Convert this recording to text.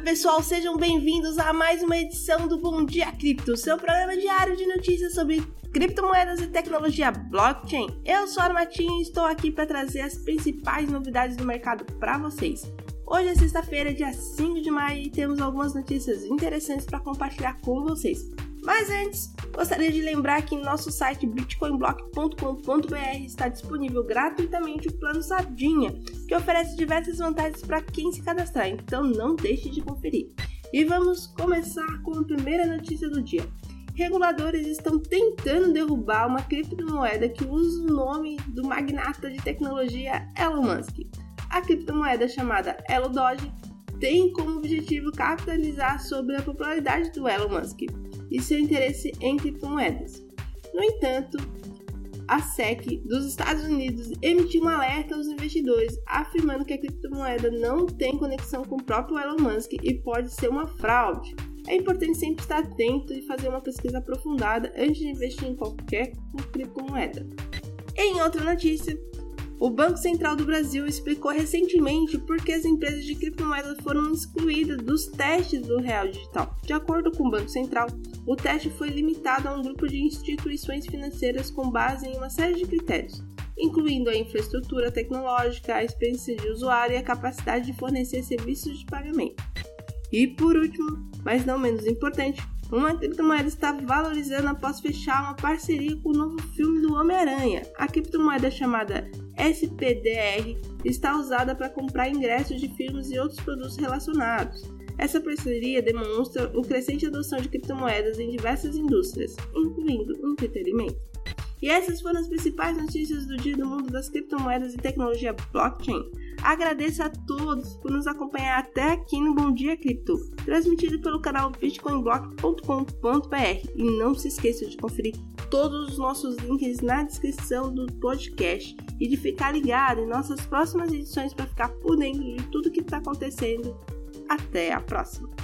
pessoal, sejam bem-vindos a mais uma edição do Bom Dia Cripto, seu programa diário de notícias sobre criptomoedas e tecnologia blockchain. Eu sou a Armatinha e estou aqui para trazer as principais novidades do mercado para vocês. Hoje é sexta-feira, dia 5 de maio, e temos algumas notícias interessantes para compartilhar com vocês. Mas antes, gostaria de lembrar que em nosso site bitcoinblock.com.br está disponível gratuitamente o plano Sardinha, que oferece diversas vantagens para quem se cadastrar, então não deixe de conferir. E vamos começar com a primeira notícia do dia. Reguladores estão tentando derrubar uma criptomoeda que usa o nome do magnata de tecnologia Elon Musk. A criptomoeda chamada Elo Doge tem como objetivo capitalizar sobre a popularidade do Elon Musk e seu interesse em criptomoedas. No entanto, a SEC dos Estados Unidos emitiu um alerta aos investidores, afirmando que a criptomoeda não tem conexão com o próprio Elon Musk e pode ser uma fraude. É importante sempre estar atento e fazer uma pesquisa aprofundada antes de investir em qualquer criptomoeda. Em outra notícia, o Banco Central do Brasil explicou recentemente por que as empresas de criptomoedas foram excluídas dos testes do Real Digital. De acordo com o Banco Central, o teste foi limitado a um grupo de instituições financeiras com base em uma série de critérios, incluindo a infraestrutura tecnológica, a experiência de usuário e a capacidade de fornecer serviços de pagamento. E por último, mas não menos importante, uma criptomoeda está valorizando após fechar uma parceria com o novo filme do Homem-Aranha. A criptomoeda chamada SPDR está usada para comprar ingressos de filmes e outros produtos relacionados. Essa parceria demonstra o crescente adoção de criptomoedas em diversas indústrias, incluindo o entretenimento. E essas foram as principais notícias do dia do mundo das criptomoedas e tecnologia blockchain. Agradeço a todos por nos acompanhar até aqui no Bom Dia Cripto, transmitido pelo canal bitcoinblock.com.br. E não se esqueça de conferir todos os nossos links na descrição do podcast e de ficar ligado em nossas próximas edições para ficar por dentro de tudo que está acontecendo. Até a próxima!